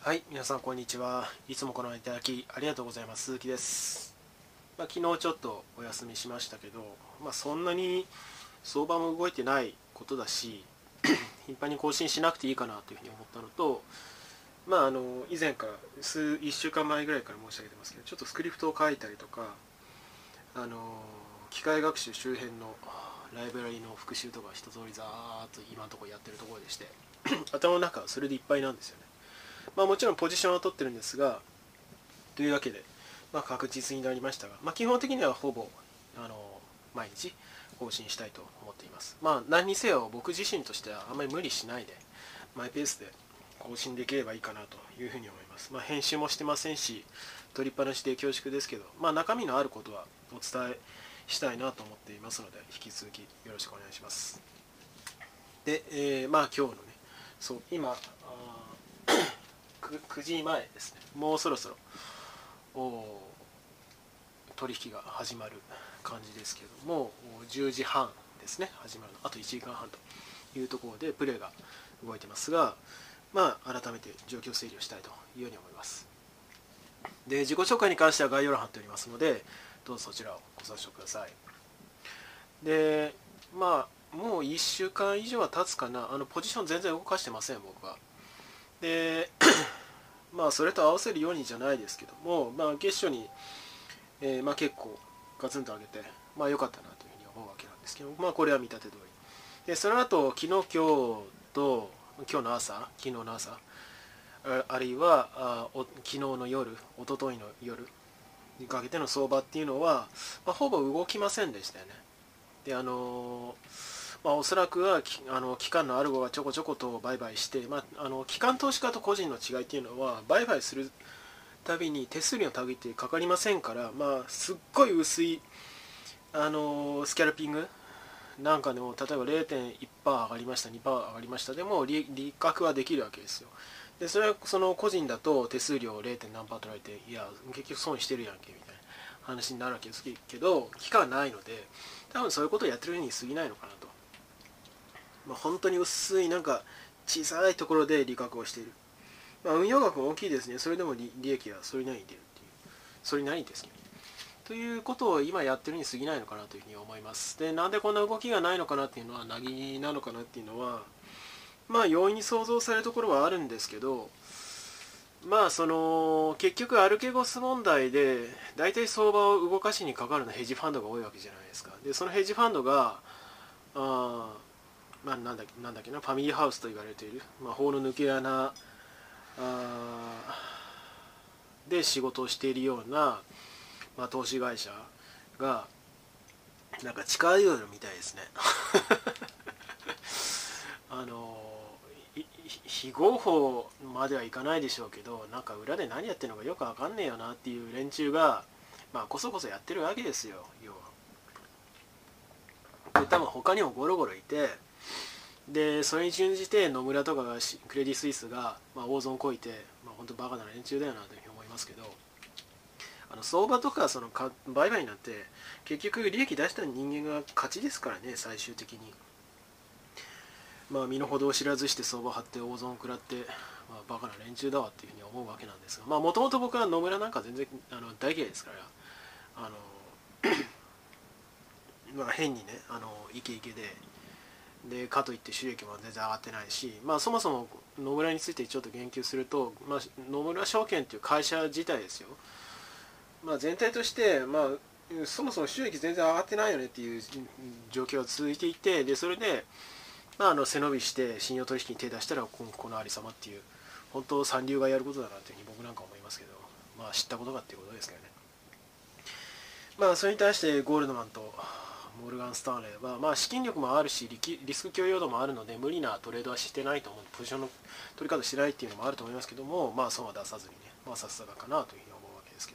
はい、皆さんこんにちは。いつもご覧いただきありがとうございます。鈴木です。昨日ちょっとお休みしましたけど、そんなに相場も動いてないことだし、頻繁に更新しなくていいかなというふうに思ったのと、以前から1週間前ぐらいから申し上げてますけど、ちょっとスクリプトを書いたりとか、あの機械学習周辺のライブラリの復習とか一通りざーっと今のところやってるところでして頭の中はそれでいっぱいなんですよね。もちろんポジションは取ってるんですが、というわけで、確実になりましたが、基本的にはほぼ毎日更新したいと思っています。何にせよ僕自身としてはあんまり無理しないでマイペースで更新できればいいかなというふうに思います。編集もしてませんし、取りっぱなしで恐縮ですけど、中身のあることはお伝えしたいなと思っていますので、引き続きよろしくお願いします。で、今日のね、そう今9時前ですね。もうそろそろ取引が始まる感じですけれども、10時半ですね、始まるのあと1時間半というところでプレーが動いてますが、改めて状況整理をしたいというように思います。で、自己紹介に関しては概要欄貼っておりますので、どうぞそちらをご参照ください。で、もう1週間以上は経つかな。ポジション全然動かしてません、僕は。でそれと合わせるようにじゃないですけども、月初に、結構ガツンと上げて、良かったなというふうに思うわけなんですけど、これは見立て通りで、その後昨日今日と今日の朝、昨日の朝、あるいは昨日の夜、一昨日の夜にかけての相場っていうのは、ほぼ動きませんでしたよね。でおそらくは期間のアルゴがちょこちょこと売買して、機関投資家と個人の違いっていうのは、売買するたびに手数料の類ってかかりませんから、すっごい薄いスキャルピングなんかでも、例えば 0.1% 上がりました、2%上がりましたでも利確はできるわけですよ。でそれはその個人だと手数料 0. 何取られて、いや結局損してるやんけみたいな話になるわけですけど、期間ないので多分そういうことをやってるに過ぎないのかなと。本当に薄い小さいところで利確をしている。運用額も大きいですね。それでも利益がそれなりに出るっていう、それなりにですね。ということを今やってるに過ぎないのかなというふうに思います。で、なんでこんな動きがないのかなっていうのは、なぎなのかなっていうのは、容易に想像されるところはあるんですけど、結局アルケゴス問題で大体相場を動かしにかかるのはヘッジファンドが多いわけじゃないですか。でそのヘッジファンドがなんだっけな、ファミリーハウスと言われている、法の抜け穴で仕事をしているような、投資会社が地下アイドルみたいですね非合法まではいかないでしょうけど、裏で何やってるのかよく分かんねえよなっていう連中がこそこそやってるわけですよ。要はで多分他にもゴロゴロいて、でそれに準じて野村とかがクレディ・スイスが、大損こいて、本当バカな連中だよなというふうに思いますけど、相場とか売買なんて結局利益出した人間が勝ちですからね、最終的に。身の程を知らずして相場張って大損を食らって、バカな連中だわっていうふうに思うわけなんですが、もともと僕は野村なんか全然大嫌いですから、変にねイケイケでかといって収益も全然上がってないし、そもそも野村についてちょっと言及すると、野村証券という会社自体ですよ、全体として、そもそも収益全然上がってないよねっていう状況が続いていて、でそれで、背伸びして信用取引に手出したらこのありさまっていう、本当三流がやることだなというふうに僕なんか思いますけど、知ったことかっていうことですけどね。それに対してゴールドマンとモルガン・スタンレーは、資金力もあるしリスク許容度もあるので無理なトレードはしてないと思う、ポジションの取り方してないっていうのもあると思いますけども、損は出さずにね、さすがかなというふうに思うわけですけ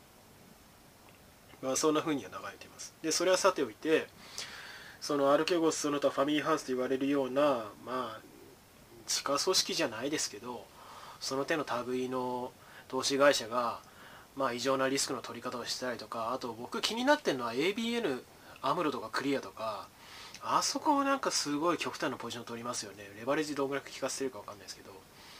ど、そんなふうには流れています。でそれはさておいて、そのアルケゴスその他ファミリーハウスと言われるような、地下組織じゃないですけど、その手の類の投資会社が、異常なリスクの取り方をしたりとか、あと僕気になってるのは ABN アムロとかクリアとか、あそこもすごい極端なポジション取りますよね。レバレッジどんぐらい効かせてるか分かんないですけど、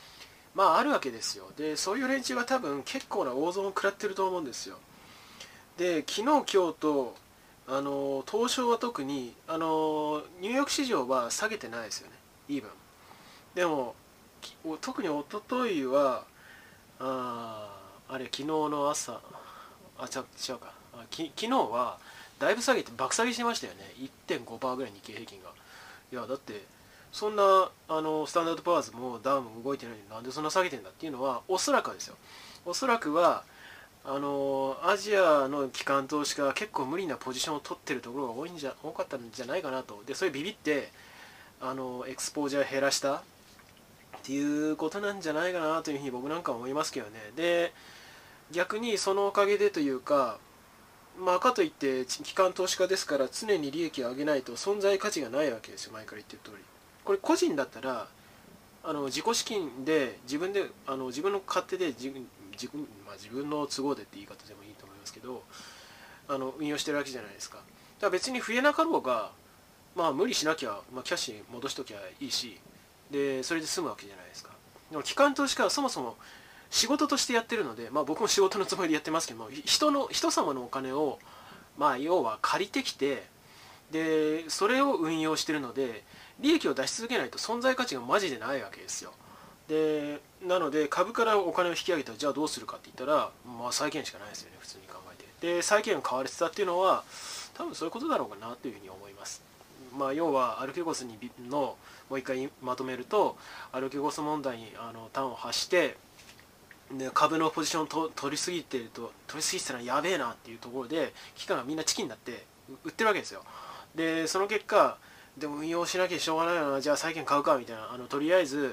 まああるわけですよ。でそういう連中が多分結構な大損を食らってると思うんですよ。で昨日今日と東証は特にニューヨーク市場は下げてないですよね、イーブン。でも特に一昨日はあれ昨日の朝違うか昨日はだいぶ下げて爆下げしましたよね。 1.5% ぐらい日経平均が。いやだってそんなスタンダードパワーズもダウンも動いてないのになんでそんな下げてんだっていうのは、おそらくはですよ、おそらくはアジアの機関投資家が結構無理なポジションを取ってるところが多かったんじゃないかなと。でそれビビってエクスポージャー減らしたっていうことなんじゃないかなというふうに僕なんかは思いますけどね。で逆にそのおかげでというか、まあかといって機関投資家ですから常に利益を上げないと存在価値がないわけですよ。前から言ってる通り、これ個人だったら自己資金で自分で自分の勝手で自分の都合でって言い方でもいいと思いますけど運用してるわけじゃないですか。だから別に増えなかろうが、まあ、無理しなきゃ、まあ、キャッシュに戻しときゃいいし、でそれで済むわけじゃないですか。でも機関投資家はそもそも仕事としてやってるので、まあ、僕も仕事のつもりでやってますけども、人様のお金を、まあ、要は借りてきて、でそれを運用してるので利益を出し続けないと存在価値がマジでないわけですよ。でなので株からお金を引き上げたらじゃあどうするかって言ったら、まあ、債券しかないですよね、普通に考えて。で債券が買われてたっていうのは多分そういうことだろうかなというふうに思います。まあ、要はアルケゴスのもう一回まとめると、アルケゴス問題に端を発してで株のポジションを取りすぎてると、取りすぎてたらやべえなっていうところで機関がみんなチキンになって売ってるわけですよ。でその結果でも運用しなきゃしょうがないよな、じゃあ債券買うかみたいな、とりあえず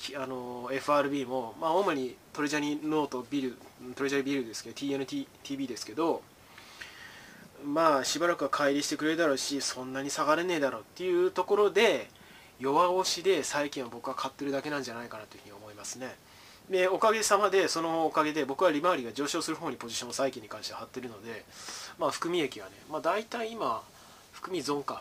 FRB も、まあ、主にトレジャリーノートビルトレジャリービルですけど TNTB ですけど、まあしばらくは乖離してくれるだろうしそんなに下がれねえだろうっていうところで弱押しで債券を僕は買ってるだけなんじゃないかなというふうに思いますね。でおかげさまでそのおかげで僕は利回りが上昇する方にポジションを債券に関しては張ってるので、まあ、含み益はね、まあ、大体今含み損か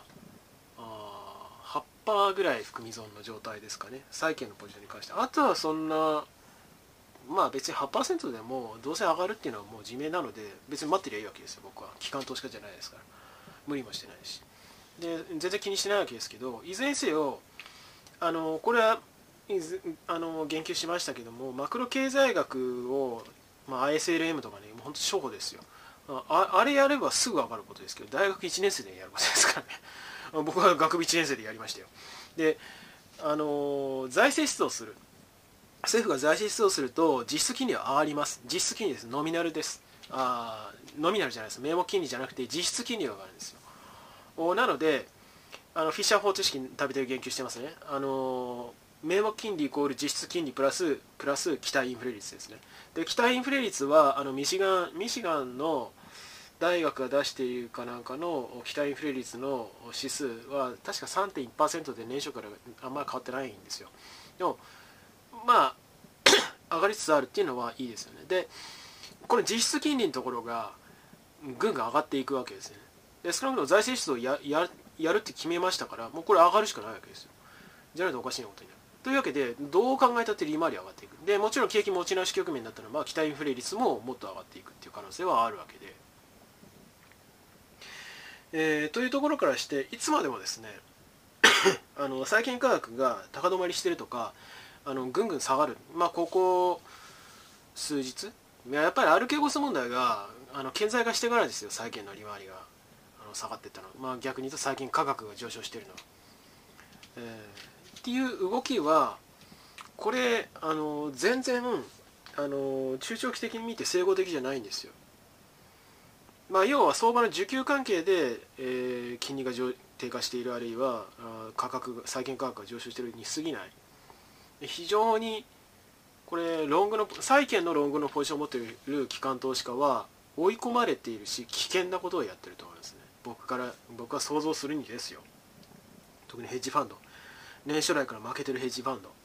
8%ぐらい含み損の状態ですかね、債券のポジションに関して。あとはそんなまあ別に 8% でもどうせ上がるっていうのはもう自明なので別に待ってりゃいいわけですよ。僕は機関投資家じゃないですから無理もしてないしで全然気にしないわけですけど、いずれにせよこれは言及しましたけども、マクロ経済学を、まあ、ISLM とかね、もう本当初歩ですよ。あれやればすぐ分かることですけど、大学1年生でやることですからね僕は学部1年生でやりましたよ。で財政出動する、政府が財政出動すると実質金利は上がります。実質金利です。ノミナルです。ノミナルじゃないです。名目金利じゃなくて実質金利が上がるんですよ。なのでフィッシャー方程式たびたび言及してますね。名目金利イコール実質金利プラス期待インフレ率ですね。で期待インフレ率はミシガンの大学が出しているかなんかの期待インフレ率の指数は確か 3.1% で年初からあんまり変わってないんですよ。でもまあ上がりつつあるっていうのはいいですよね。でこの実質金利のところがぐんぐん上がっていくわけですね。で少なくとも財政出動をやるって決めましたから、もうこれ上がるしかないわけですよ。じゃないとおかしいことになる。というわけでどう考えたって利回り上がっていく。でもちろん景気持ち直し局面だったら、まあ、期待インフレ率ももっと上がっていくっていう可能性はあるわけで、というところからしていつまでもですね債券価格が高止まりしてるとかぐんぐん下がる、まあ、ここ数日やっぱりアルケゴス問題が顕在化してからですよ、債券の利回りが下がっていったのは。まあ、逆に言うと債券価格が上昇しているのは、っていう動きはこれ全然中長期的に見て整合的じゃないんですよ。まあ、要は相場の需給関係で、金利が低下している、あるいは債券価格が上昇しているに過ぎない。非常にこれ債券のロングのポジションを持っている機関投資家は追い込まれているし危険なことをやっていると思いますね。僕は想像するにですよ。特にヘッジファンド、年初来から負けてるヘッジファンド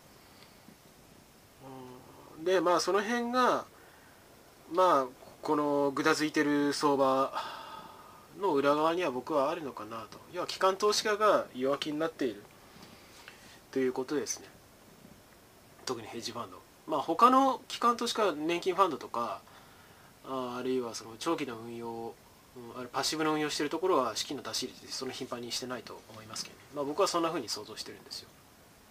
で、まあその辺がまあこのぐだついてる相場の裏側には僕はあるのかなと。要は機関投資家が弱気になっているということですね。特にヘッジファンド他の機関投資家、年金ファンドとか、あるいはその長期の運用、パッシブの運用しているところは資金の出し入れでそんな頻繁にしてないと思いますけどね。僕はそんな風に想像してるんですよ。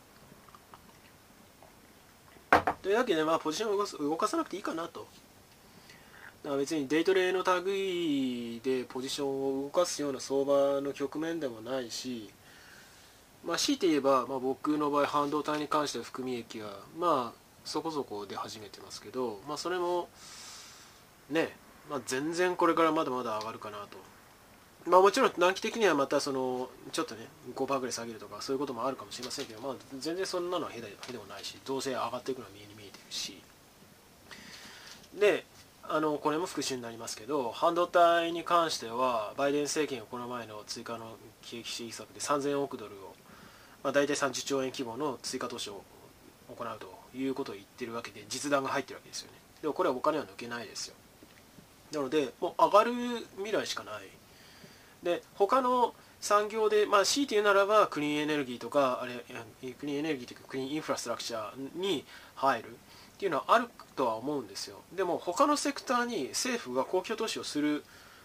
というわけで、ポジションを動かさなくていいかなと。だから別にデイトレの類でポジションを動かすような相場の局面でもないし、強いて言えば、僕の場合半導体に関しては含み益はそこそこ出始めてますけど、それもね、全然これからまだまだ上がるかなと。もちろん短期的にはまたちょっとね 5% ぐらい下げるとかそういうこともあるかもしれませんけど、全然そんなのはへでもないし、どうせ上がっていくのは見えてるし、でこれも復習になりますけど、半導体に関してはバイデン政権がこの前の追加の景気刺激策で3000億ドルを、大体30兆円規模の追加投資を行うということを言ってるわけで、実弾が入ってるわけですよね。でもこれはお金は抜けないですよ。なのでもう上がる未来しかない。で他の産業で、強いて言うならばクリーンエネルギーとかクリーンエネルギーというかクリーンインフラストラクチャーに入るっていうのはあるとは思うんですよ。でも他のセクターに政府が公共投資をする、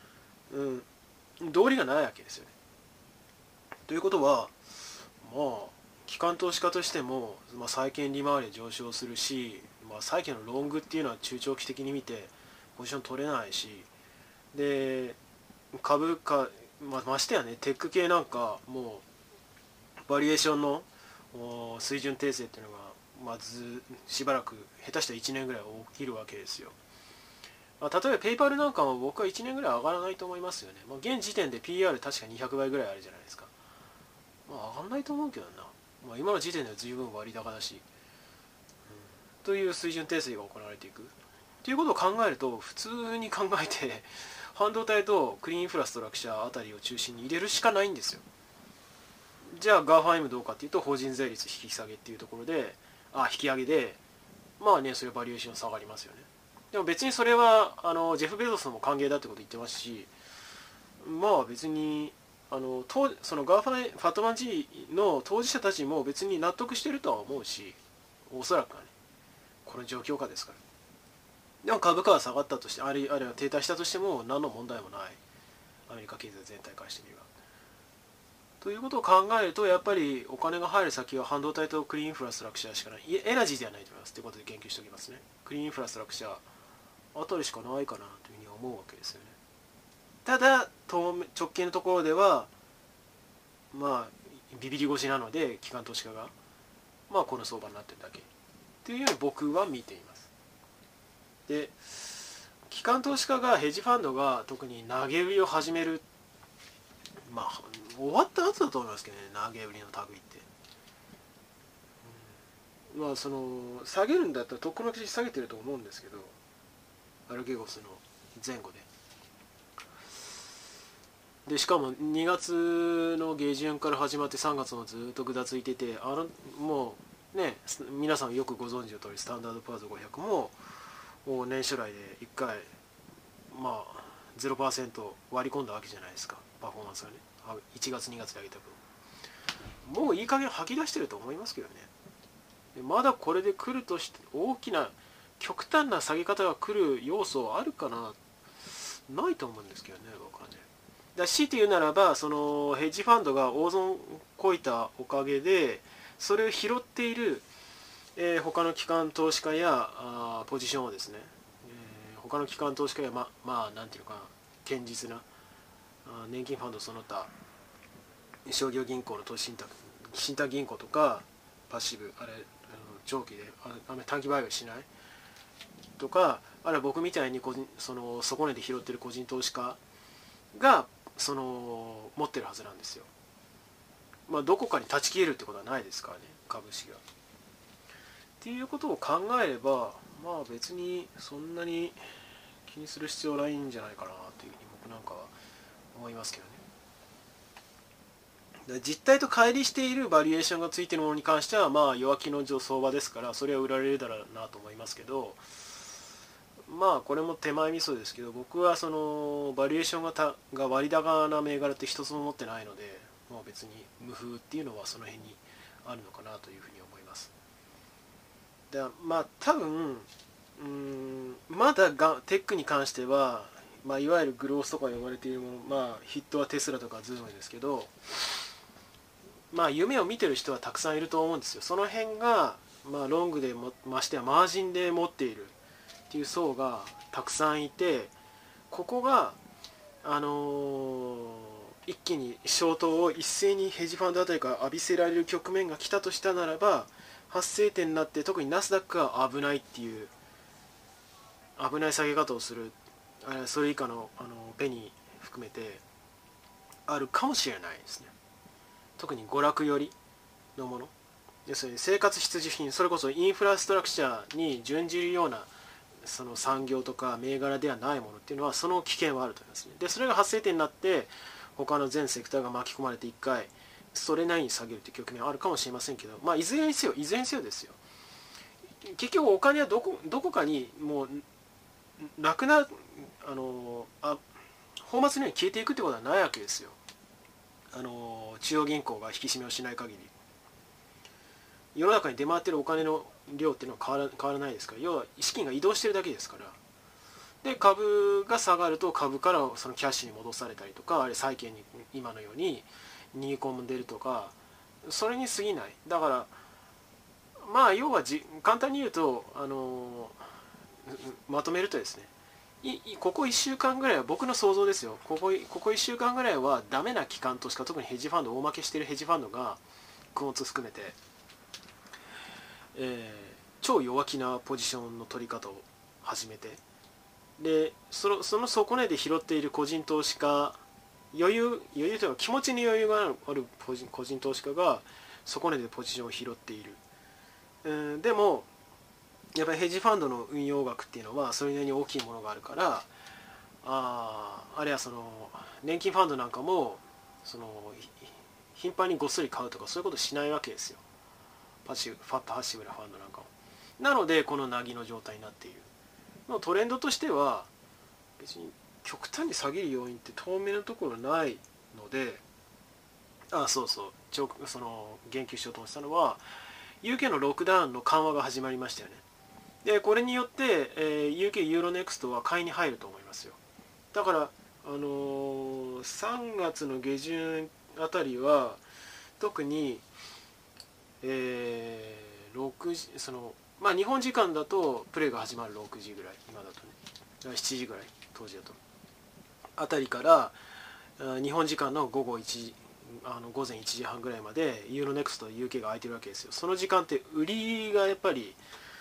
道理がないわけですよね。ということは機関投資家としても、債券利回り上昇するし、債券のロングっていうのは中長期的に見てポジション取れないし、で株価、ましてやねテック系なんかもうバリエーションの水準訂正っていうのがしばらく下手したら1年ぐらい起きるわけですよ。例えばペイパルなんかも僕は1年ぐらい上がらないと思いますよね。現時点で PR 確か200倍ぐらいあるじゃないですか。上がんないと思うけどな、今の時点では十分割高だし、という水準訂正が行われていくということを考えると、普通に考えて半導体とクリーンインフラストラクチャーあたりを中心に入れるしかないんですよ。じゃあガーファイムどうかっていうと、法人税率引き下げっていうところで引き上げでそれはバリエーション下がりますよね。でも別にそれはジェフ・ベゾスも歓迎だってこと言ってますし、別にそのファトマン G の当事者たちも別に納得してるとは思うし、おそらくはねこの状況下ですから。でも株価は下がったとして、あるいは停滞したとしても何の問題もない、アメリカ経済全体からしてみれば。ということを考えると、やっぱりお金が入る先は半導体とクリーンインフラストラクチャーしかない、エナジーではないと思いますということで言及しておきますね。クリーンインフラストラクチャーあたりしかないかなというふうに思うわけですよね。ただ直近のところではビビり腰なので機関投資家がこの相場になってるだけというように僕は見ています。で機関投資家がヘッジファンドが特に投げ売りを始める、終わった後だと思いますけどね、投げ売りの類って、その下げるんだったらとっくの口下げてると思うんですけど、アルゲゴスの前後でしかも2月の下旬から始まって3月もずっとぐだついてて、もうね皆さんよくご存知の通りスタンダードプアーズ500も年初来で1回0% 割り込んだわけじゃないですか、パフォーマンスがね。1月2月で上げた分もういい加減吐き出してると思いますけどね。まだこれで来るとして大きな極端な下げ方が来る要素あるかな、ないと思うんですけどね、僕はね。強いて言うならば、そのヘッジファンドが大損こいたおかげでそれを拾っている、他の機関投資家やポジションをですね、他の機関投資家やなんていうのかな、堅実な年金ファンドその他商業銀行の投資信託銀行とかパッシブ長期で短期売買しないとか、あるいは僕みたいに底値で拾ってる個人投資家が持ってるはずなんですよ。どこかに断ち切れるってことはないですからね、株式が。っていうことを考えれば別にそんなに気にする必要ないんじゃないかなというふうに僕なんかは思いますけどね。実態と乖離しているバリエーションがついているものに関しては弱気の相場ですから、それは売られるだろうなと思いますけど、これも手前味噌ですけど、僕はそのバリエーションが割高な銘柄って一つも持ってないので、別に無風っていうのはその辺にあるのかなというふうに思います。 でまあ多分まだテックに関しては、まあ、いわゆるグロースとか呼ばれているもの、まあ、ヒットはテスラとかズームですけど、まあ、夢を見てる人はたくさんいると思うんですよ。その辺が、まあ、ロングでもましてやマージンで持っているっていう層がたくさんいて、ここが、一気にショートを一斉にヘッジファンドあたりから浴びせられる局面が来たとしたならば、発生点になって特にナスダックが危ないっていう危ない下げ方をする、それ以下の、ペニー含めてあるかもしれないですね。特に娯楽寄りのもの、要するに生活必需品、それこそインフラストラクチャーに準じるようなその産業とか銘柄ではないものっていうのはその危険はあると思いますね。でそれが発生点になって他の全セクターが巻き込まれて1回それなりに下げるという局面はあるかもしれませんけど、まあ、いずれにせよですよ、結局お金はどこかにもうなくなる、放末のように消えていくってことはないわけですよ。中央銀行が引き締めをしない限り世の中に出回っているお金の量っていうのは変わらないですから、要は資金が移動してるだけですから。で株が下がると株からそのキャッシュに戻されたりとか、あれ債券に今のように逃げ込んでるとか、それに過ぎない。だからまあ要は簡単に言うと、まとめるとですね、ここ1週間ぐらいは僕の想像ですよ、ここ1週間ぐらいはダメな期間としか、特にヘッジファンド大負けしているヘッジファンドがクオツ含めて、超弱気なポジションの取り方を始めて、でその底値で拾っている個人投資家、余裕というか気持ちに余裕がある個人投資家が底値でポジションを拾っている。でもやっぱりヘッジファンドの運用額っていうのはそれなりに大きいものがあるから、あるいはその年金ファンドなんかもその頻繁にごっそり買うとかそういうことしないわけですよ、パッシブなファンドなんかも。なのでこの凪の状態になっているのトレンドとしては、別に極端に下げる要因って当面のところないので、その言及しようと思ってたのは UK のロックダウンの緩和が始まりましたよね。でこれによって、UK ユーロネクストは買いに入ると思いますよ。だから、3月の下旬あたりは特に、6時まあ日本時間だとプレーが始まる6時ぐらい、今だとね7時ぐらい、当時だとあたりから日本時間の午前1時半ぐらいまでユーロネクスト UK が空いてるわけですよ。その時間って売りがやっぱり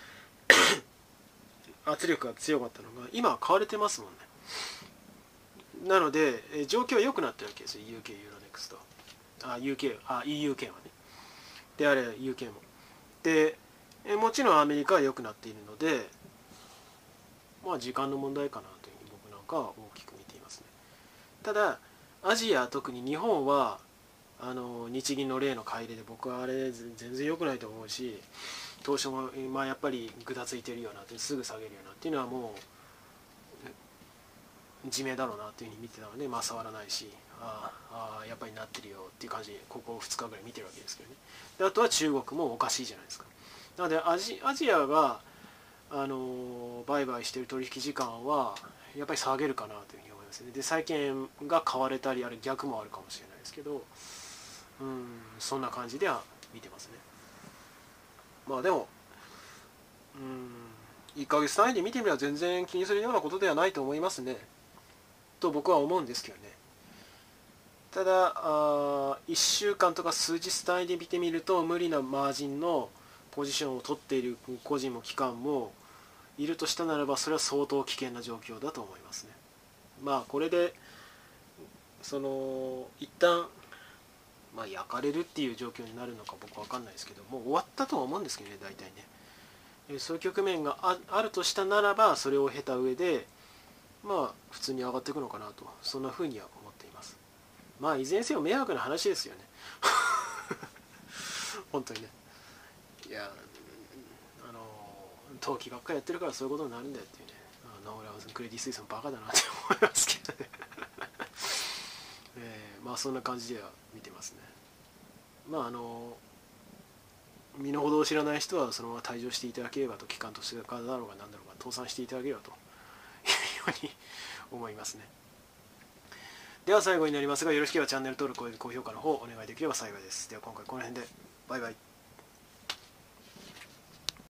圧力が強かったのが今は買われてますもんね。なので状況は良くなってるわけですよ、 UK ユーロネクストEUK はね、であれ UK もで、もちろんアメリカは良くなっているので、まあ時間の問題かなというふうに僕なんかは大きく見ていますね。ただアジア、特に日本は日銀の例の買い入れで僕はあれ全然良くないと思うし、当初も、まあ、やっぱりぐたついてるようなすぐ下げるようなっていうのはもう自明だろうなっていうふうに見てたので、まあ触らないし、やっぱりなってるよっていう感じでここ2日ぐらい見てるわけですけどね。であとは中国もおかしいじゃないですか。なのでアジアが売買している取引時間はやっぱり下げるかなというふうに思いますね。で債券が買われたり、ある逆もあるかもしれないですけど、そんな感じでは見てますね。まあでも1ヶ月単位で見てみれば全然気にするようなことではないと思いますねと僕は思うんですけどね。ただ1週間とか数日単位で見てみると無理なマージンのポジションを取っている個人も機関もいるとしたならば、それは相当危険な状況だと思いますね。まあこれで一旦焼かれるっていう状況になるのか僕は分かんないですけど、もう終わったとは思うんですけどね、大体ね。そういう局面があるとしたならば、それを経た上でまあ普通に上がっていくのかなと、そんな風には思っています。まあいずれにせよ迷惑な話ですよね本当にね。いや登記学科やってるからそういうことになるんだよっていうね。俺はクレディ・スイスもバカだなって思いますけどねまあそんな感じでは見てますね。まあ身の程を知らない人はそのまま退場していただければと、機関としてだろうが何だろうが倒産していただければというように思いますね。では最後になりますが、よろしければチャンネル登録、高評価の方お願いできれば幸いです。では今回この辺でバイバイ。